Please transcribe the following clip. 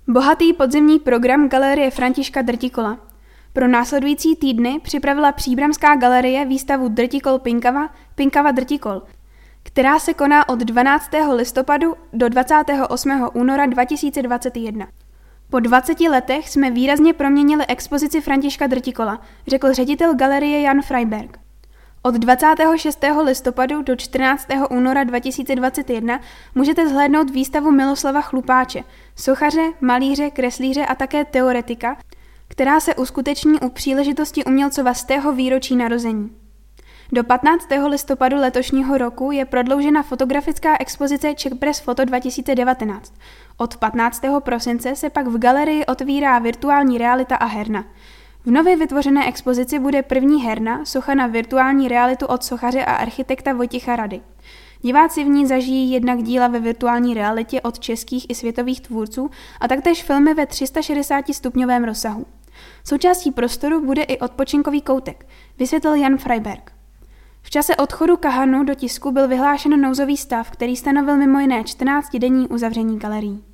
Bohatý podzimní program Galerie Františka Drtikola. Pro následující týdny připravila Příbramská galerie výstavu Drtikol Pinkava, Pinkava Drtikol, která se koná od 12. listopadu do 28. února 2021. Po 20 letech jsme výrazně proměnili expozici Františka Drtikola, řekl ředitel galerie Jan Freiberg. Od 26. listopadu do 14. února 2021 můžete zhlédnout výstavu Miloslava Chlupáče, sochaře, malíře, kreslíře a také teoretika, která se uskuteční u příležitosti umělcova 100. výročí narození. Do 15. listopadu letošního roku je prodloužena fotografická expozice Czech Press Photo 2019. Od 15. prosince se pak v galerii otvírá virtuální realita a herna. V nově vytvořené expozici bude první herna, socha na virtuální realitu od sochaře a architekta Vojtěcha Rady. Diváci v ní zažijí jednak díla ve virtuální realitě od českých i světových tvůrců a taktéž filmy ve 360 stupňovém rozsahu. Součástí prostoru bude i odpočinkový koutek, vysvětlil Jan Freiberg. V čase odchodu Kahanu do tisku byl vyhlášen nouzový stav, který stanovil mimo jiné 14denní uzavření galerií.